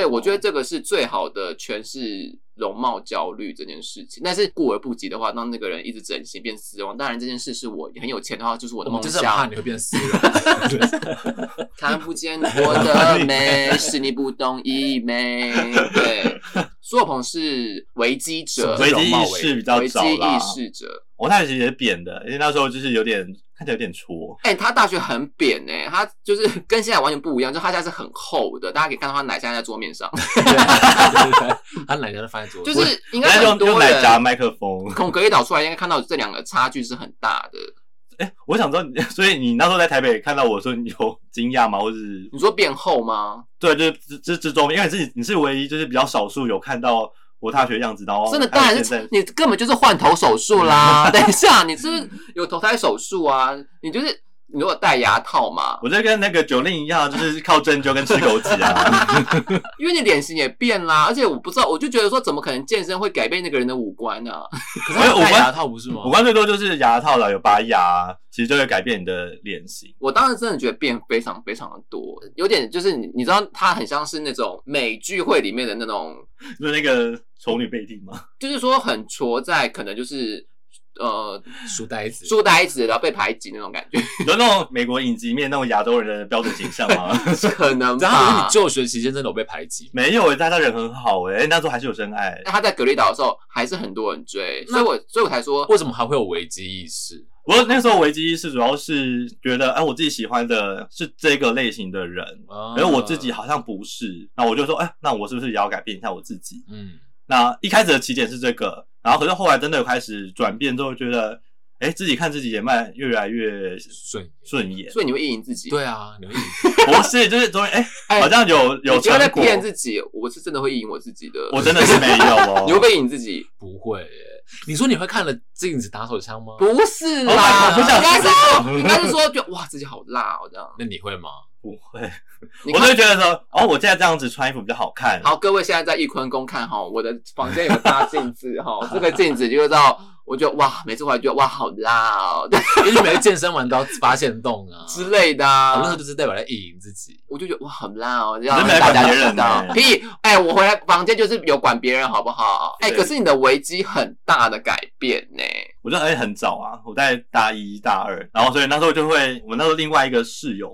对，我觉得这个是最好的诠释容貌焦虑这件事情。但是顾而不及的话，让那个人一直整形变丝绒，当然这件事是我很有钱的话，就是我的梦想。 我就是怕你会变丝绒。 看不见我的美，是你不懂医美。对，苏有朋是危机者， 危机意识比较早啦。 危机意识者， 我大学其实也扁的，因为那时候就是有点看起来有点戳。 哎、欸，他大学很扁哎、欸，他就是跟现在完全不一样，就他现在是很厚的，大家可以看到他奶现在在桌面上。 对对对，他奶就放在桌上， 就是应该很多人用奶夹麦克风。 从隔离岛出来，应该看到这两个差距是很大的。 哎、欸，我想知道，所以你那时候在台北看到我说你有惊讶吗？或是你说变厚吗？ 对，就是这这周面，因为你是你是唯一就是比较少数有看到我大学样子，然后真的当然是你根本就是换头手术啦。等一下，你是不是有头胎手术啊？你就是你如果戴牙套嘛， 我就跟那个九令一样，就是靠针灸跟吃枸杞啊。 因为你脸型也变啦，而且我不知道，我就觉得说，怎么可能健身会改变那个人的五官呢、啊？ 可是戴牙套不是吗？ 五官最多就是牙套啦，有拔牙，其实就会改变你的脸型。 我当时真的觉得变非常非常的多，有点就是你你知道，它很像是那种美剧会里面的那种， 就是那个丑女贝蒂吗？ 就是说很戳在可能就是。呃， 书呆子， 书呆子，然后被排挤那种感觉， 有那种美国影集面那种亚洲人的标准形象吗？ 可能吧。 然后你就学期间真的有被排挤？ 没有诶、欸，但他人很好诶、欸，那时候还是有真爱。 他在隔离岛的时候还是很多人追，所以我所以我才说， 为什么还会有危机意识？ 我那时候危机意识主要是觉得，哎，我自己喜欢的是这个类型的人，而、啊、我自己好像不是，那我就说，哎，那我是不是也要改变一下我自己？嗯。那一开始的起点是这个，然后可是后来真的有开始转变之后，觉得，哎，自己看自己也慢越来越顺顺眼， 所以你会意淫自己？ 对啊，你会意淫自己？ 不是，就是终于哎，好像有有成果。 你在骗自己，我是真的会意淫我自己的， 我真的是没有哦。 你会不会意淫自己？ 不会耶。你说你会看了镜子打手枪吗？ 不是啦， 不应该是说，应该是说，就哇，自己好辣哦，这样。 那你会吗？ 不会，我就会觉得说，哦，我现在这样子穿衣服比较好看。 好，各位现在在翊坤宫看哈，我的房间有个大镜子哈，这个镜子就知道，我觉得哇，每次回来觉得哇，好辣哦。 因为每次健身完都要发现洞啊之类的、啊， 我那时候就是代表在意淫自己， 我就觉得哇，好辣哦，让大家知道。屁，哎、欸，我回来房间就是有管别人好不好？哎、欸，可是你的危机很大的改变呢、欸。 我觉得哎很早啊，我在大一大二，然后所以那时候就会，我那时候另外一个室友嘛。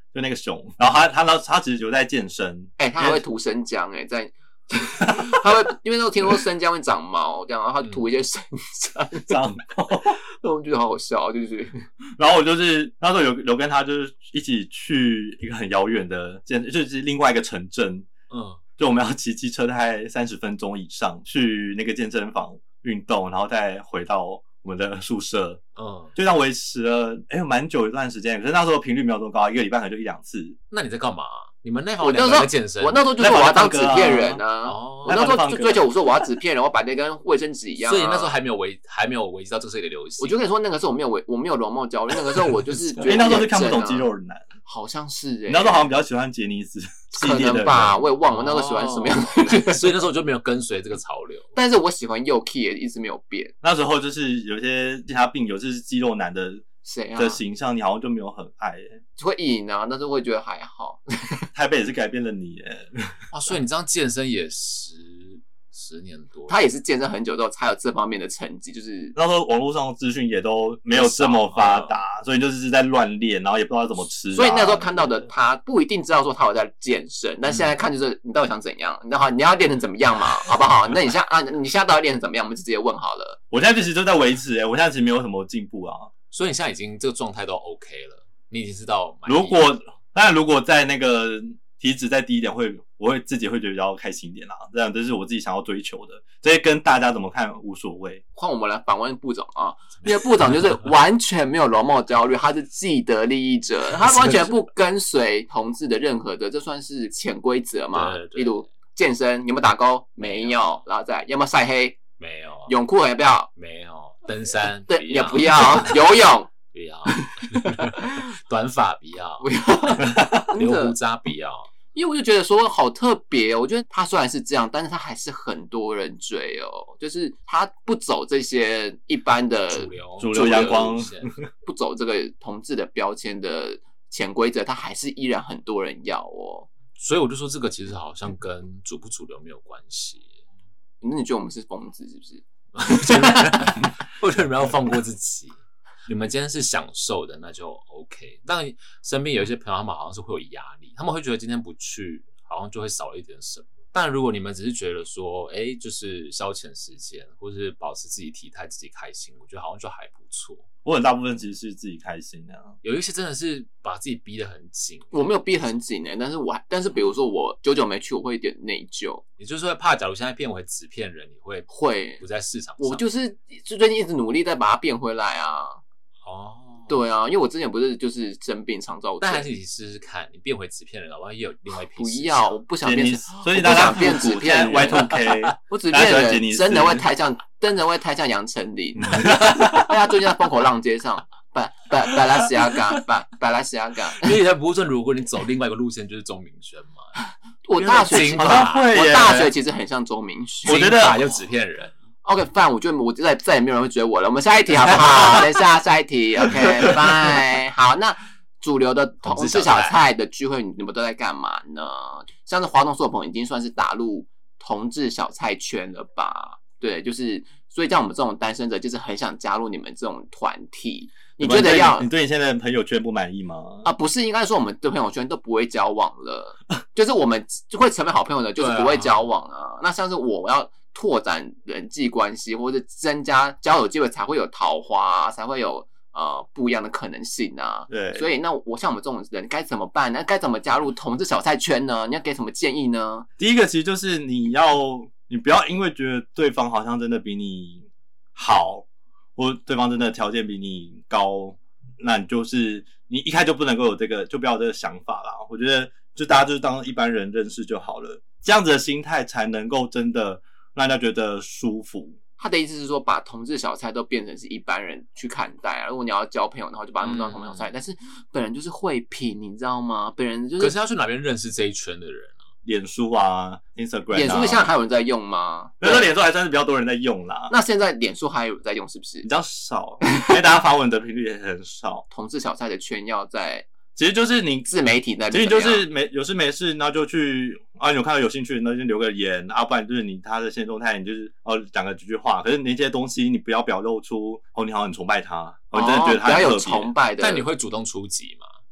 就那个熊，然后他他他他其实有在健身， 哎、欸，他还会涂生姜哎、欸，在。他会，因为都听说生姜会长毛，这样，然后他涂一些生姜长毛， 那我觉得好好笑，就是。 然后我就是那时候有有跟他就是一起去一个很遥远的健，就是另外一个城镇，嗯，就我们要骑机车大概三十分钟以上去那个健身房运动，然后再回到我们的宿舍，嗯，就这样维持了哎蛮久一段时间，可是那时候频率没有这么高，一个礼拜可能就一两次。 那你在干嘛？你们那房两个人在健身， 我那时候就说我要当纸片人啊！哦、我那时候就追求我说我要纸片人，我把那跟卫生纸一样、啊。 所以那时候还没有危还没有危及到这是一个流行。 我就跟你说，那个时候我没有我没有容貌焦虑，那个时候我就是觉得、啊， 因为那时候是看不懂肌肉男， 好像是哎、欸。 你那时候好像比较喜欢杰尼斯， 可能吧，我也忘了那时候喜欢什么样的人、 哦，所以那时候我就没有跟随这个潮流。 但是我喜欢右 key 也一直没有变。 那时候就是有些其他病友就是肌肉男的。 谁啊？ 的形象你好像就没有很爱、欸， 会瘾啊，但是会觉得还好。 台北也是改变了你耶、欸， 啊，所以你这样健身也十十年多， 他也是健身很久之后才有这方面的成绩，就是那时候网络上的资讯也都没有这么发达，所以就是在乱练，然后也不知道怎么吃、啊。 所以那时候看到的他不一定知道说他有在健身，但现在看就是你到底想怎样？你好，你要练成怎么样嘛？好不好？那你现在啊，你现在到底练成怎么样？我们就直接问好了。 我现在其实就在维持、欸，我现在其实没有什么进步啊。 所以你现在已经这个状态都 OK 了，你已经知道。 如果当然，如果在那个体脂再低一点会，我会自己会觉得比较开心一点啦。这样这是我自己想要追求的，这些跟大家怎么看无所谓。 换我们来访问部长啊，那个部长就是完全没有容貌焦虑，他是既得利益者，他完全不跟随同志的任何的，这算是潜规则嘛？例如健身有没有打勾？没有，然后再有没有晒黑？ 没有。 泳裤要不要？ 没有。登山对也不要，游泳不要，短发不要， 不要， 留胡渣不要。 因为我就觉得说好特别哦，我觉得他虽然是这样，但是他还是很多人追哦，就是他不走这些一般的主流主流阳光， 不走这个同志的标签的潜规则，他还是依然很多人要哦。 所以我就说这个其实好像跟主不主流没有关系。 那你觉得我们是疯子是不是？ 或者你们要放过自己，你们今天是享受的，那就 OK。但身边有一些朋友，他们好像是会有压力，他们会觉得今天不去，好像就会少了一点什么。但如果你们只是觉得说，哎、欸，就是消遣时间，或是保持自己体态、自己开心，我觉得好像就还不错。 我很大部分其实是自己开心啊， 有一些真的是把自己逼得很紧。 我没有逼很紧哎、欸，但是我但是比如说我久久没去，我会有点内疚。 也就是会怕，假如现在变回纸片人，你会会不在市场上。 我就是最近一直努力在把它变回来啊。哦。对啊，因为我之前不是就是生病肠燥症， 但还是你试试看，你变回纸片人，搞不好也有另外一批。 不要，我不想变成， 所以大家变纸片人 Y 二 K， 我纸片人真的会太像，真的会太像杨丞琳。大家最近在风口浪街上，百百百拉西亚嘎，百百拉西亚嘎。 因为才不会说，如果你走另外一个路线，就是钟明轩嘛。 我大学好像会， 我大学其实很像钟明轩， 我觉得就纸片人。 OK， fine， 我觉得我再再也没有人会追我了。我们下一题好不好？等一下，下一题。OK， 拜。好，那主流的同志小菜的聚会，你们都在干嘛呢？像是华东所有朋友已经算是打入同志小菜圈了吧？对，就是所以像我们这种单身者，就是很想加入你们这种团体。你觉得要你对你现在的朋友圈不满意吗？ 啊，不是，应该说我们的朋友圈都不会交往了，就是我们就会成为好朋友的，就是不会交往啊。那像是我要拓展人际关系，或者增加交友机会，才会有桃花、啊，才会有呃不一样的可能性啊。 对， 所以那我像我们这种人该怎么办呢？该怎么加入同志小菜圈呢？你要给什么建议呢？ 第一个其实就是你要，你不要因为觉得对方好像真的比你好，或对方真的条件比你高，那你就是你一开始就不能够有这个，就不要有这个想法啦。我觉得就大家就是当一般人认识就好了，这样子的心态才能够真的让大家觉得舒服。 他的意思是说，把同志小菜都变成是一般人去看待啊。如果你要交朋友的话，就把他们当同志小菜。嗯、但是本人就是会品，你知道吗？本人就是。 可是要去哪边认识这一圈的人啊？ 脸书啊 ，Instagram 啊。 脸书现在还有人在用吗？ 那说脸书还算是比较多人在用啦。 那现在脸书还有人在用是不是？ 比较少，因为大家发文的频率也很少。 同志小菜的圈要在。 其实就是你自媒体那边， 其实就是没有事没事，然后就去啊，你有看到有兴趣，那就留个言啊，不然就是你他的现实动态，你就是哦讲个几句话。可是那些东西你不要表露出哦，你好像很崇拜他，哦，你真的觉得他很特别、 哦、不要有崇拜的， 但你会主动出击吗？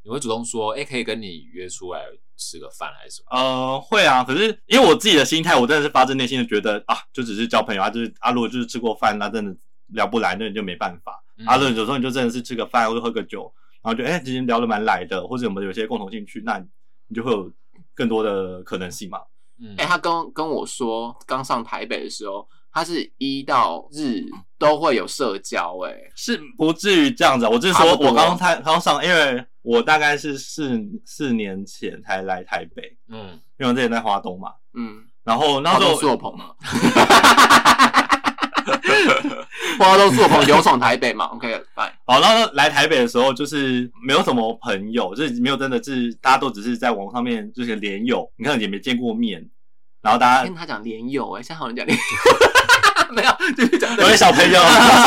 你会主动说，哎、欸，可以跟你约出来吃个饭还是什么？ 呃，会啊，可是因为我自己的心态，我真的是发自内心的觉得啊，就只是交朋友啊，就是啊，如果就是吃过饭，那真的聊不来，那你就没办法。嗯、啊，有时候你就真的是吃个饭或者喝个酒，然后就哎、欸，今天聊得蛮来的，或者我们有些共同兴趣，那你就会有更多的可能性嘛。 嗯，哎、欸，他跟跟我说，刚上台北的时候。他是一到日都会有社交、欸，哎， 是不至于这样子、啊。我只是说我刚才刚上，因为我大概是四四年前才来台北，嗯，因为我之前在花东嘛，嗯，然后那时候苏有朋嘛，花东苏有朋有闯台北嘛 ，OK， 拜。 好，然后来台北的时候就是没有什么朋友，就是没有真的是大家都只是在网上面就是连友，你看也没见过面，然后大家跟他讲连友，哎，现在好像讲连友。没有，就是讲有些小朋友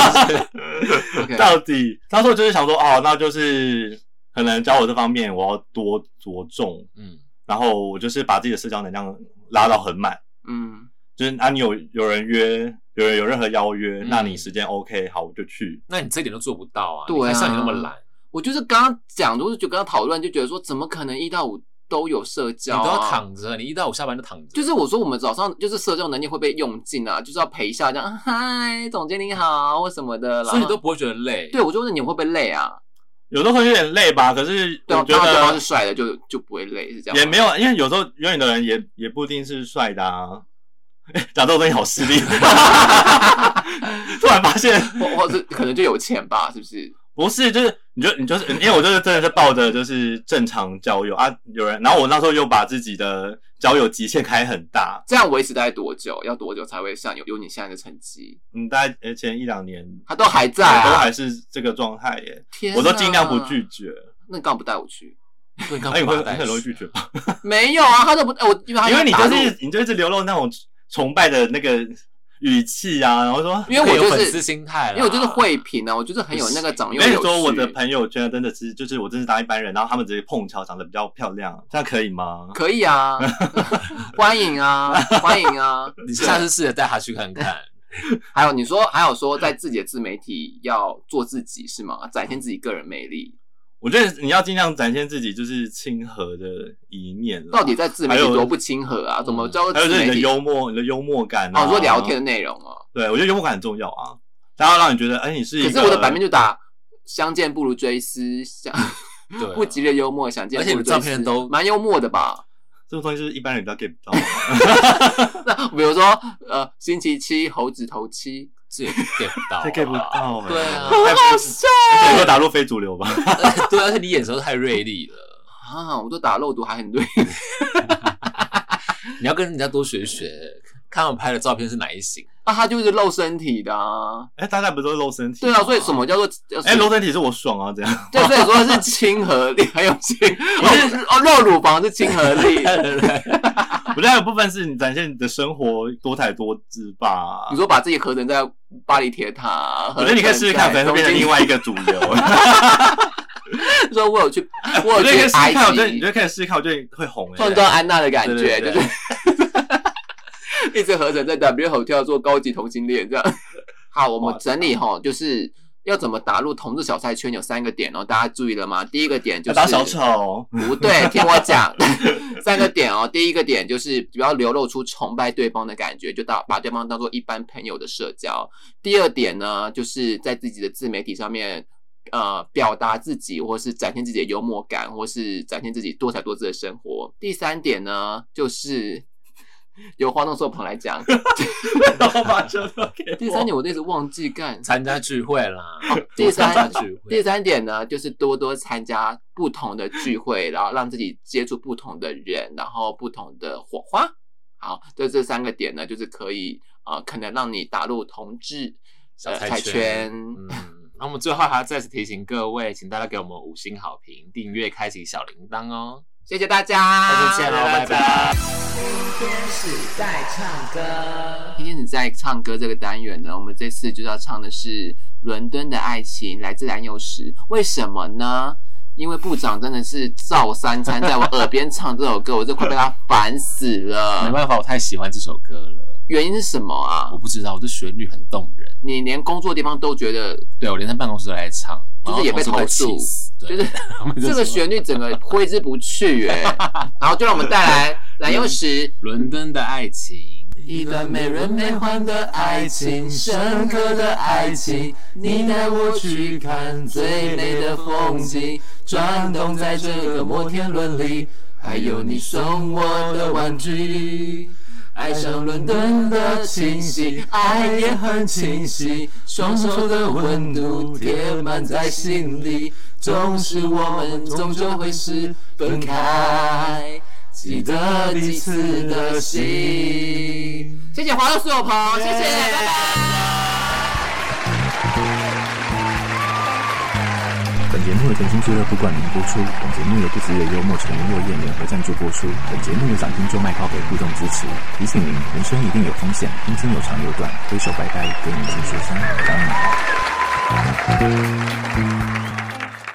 到底他说就是想说哦，那就是可能教我这方面我要多着重，嗯，然后我就是把自己的社交能量拉到很满，嗯，就是啊，你有有人约，有人有任何邀约，嗯、那你时间 OK， 好，我就去。 那你这点都做不到啊， 对啊， 像你那么懒， 我就是刚刚讲，我就跟他讨论，就觉得说，怎么可能一到五都有社交、啊？ 你都要躺着，你一到五下班就躺着。 就是我说我们早上就是社交能力会被用尽啊，就是要陪一下这样，嗨，总监你好或什么的， 所以你都不会觉得累。 对，我就问你会不会累啊？ 有的会有点累吧，可是我觉得对方是帅的就就不会累，是这样吗？ 也没有，因为有时候远远的人也也不一定是帅的啊。讲这种东西好势利，突然发现， 或或是可能就有钱吧，是不是？ 不是，就是你就你就是，因为我就是真的是抱着就是正常交友啊，有人，然后我那时候又把自己的交友极限开很大， 这样维持大概多久？要多久才会像有有你现在的成绩？ 嗯，大概前一两年， 他都还在、啊， 都还是这个状态耶。 天， 我都尽量不拒绝。 那你干嘛不带我去？ 对， 哎，你会很容易拒绝吧？ 没有啊，他都不，我因为他因为你就是你就一直流露那种崇拜的那个语气啊，然后说， 因为我就是粉丝心态， 因为我就是慧评啊，我就是很有那个长幼有序。 所以说我的朋友圈真的是，就是我真是当一般人，然后他们直接碰巧长得比较漂亮，这样可以吗？ 可以啊，欢迎啊，欢迎啊！ 你下次试着带他去看看。 还有你说，还有说，在自己的自媒体要做自己是吗？展现自己个人魅力。 我觉得你要尽量展现自己就是亲和的一面啦。 到底在自媒体多不亲和啊？怎么叫做自媒体？ 还有就是你的幽默，你的幽默感啊。 哦，说聊天的内容啊。 对，我觉得幽默感很重要啊，它要让你觉得，哎、欸，你是一个。 可是我的版面就打相见不如追思，相不吉利幽默，想见不如追思。 而且你照片都蛮幽默的吧？ 这种东西是一般人比较 get 不到。 那比如说，呃，星期七猴子头七。 这也 get 不到， 这 get 不到、欸， 对啊， 好好笑， 你都打入非主流吧？ 对，而且你眼神都太锐利了啊！我都打肉毒还很锐利， 你要跟人家多学学，看我拍的照片是哪一型啊？他就是露身体的啊！ 哎、欸，大家不都是露身体？ 对啊，所以什么叫做哎、欸、露身体是我爽啊？这样对，所以说是亲和力，很有亲哦哦，露乳房是亲和力。 我觉得有部分是你展现你的生活多彩多姿吧。 你说把自己合成在巴黎铁塔， 我觉得你可以试试看，可能会变成另外一个主流。 说我有去，我有去埃及，我觉得你就可以试试看，我觉得会红。 创造安娜的感觉， 对对对就是一直合成在 W Hotel 做高级同性恋这样。好，我们整理齁，就是要怎么打入同志小菜圈，有三个点哦，大家注意了吗？第一个点就是打小丑， 不对，听我讲，三个点哦。第一个点就是不要流露出崇拜对方的感觉，就当把对方当做一般朋友的社交。第二点呢，就是在自己的自媒体上面。呃，表达自己，或是展现自己的幽默感，或是展现自己多彩多姿的生活。第三点呢，就是由花动硕鹏来讲。第三点我一直忘记干， 参加聚会啦。 哦、第三聚会， 第三点呢，就是多多参加不同的聚会，然后让自己接触不同的人，然后不同的火花。好，就这三个点呢，就是可以呃，可能让你打入同志小菜圈。嗯那我们最后还要再次提醒各位，请大家给我们五星好评、订阅、开启小铃铛哦！ 谢谢大家， 下次见喽，拜拜。 今天是在唱歌，今天是在唱歌这个单元呢，我们这次就要唱的是《伦敦的爱情来自蓝又时》，为什么呢？因为部长真的是照三餐在我耳边唱这首歌，我就快被他烦死了。 没办法，我太喜欢这首歌了。 原因是什么啊？ 我不知道，我的旋律很动人。 你连工作地方都觉得， 对我连在办公室都来唱， 就是也被投诉。 对， 就是这个旋律整个挥之不去哎。然后就让我们带来蓝又时伦敦的爱情。 一段没人没还的爱情，深刻的爱情，你带我去看最美的风景，转动在这个摩天轮里，还有你送我的玩具。爱上伦敦的气息，爱也很清晰，双手的温度贴满在心里，总是我们终究会是分开，记得彼此的心。 谢谢华乐所有朋友，谢谢，拜拜。 本节目由甜心俱乐部冠名播出，本节目由不只有幽默成员落叶联合赞助播出，本节目由掌听做麦靠北互动支持。提醒您，人生一定有风险，人生有长有短，挥手拜拜，跟年轻说声当然好。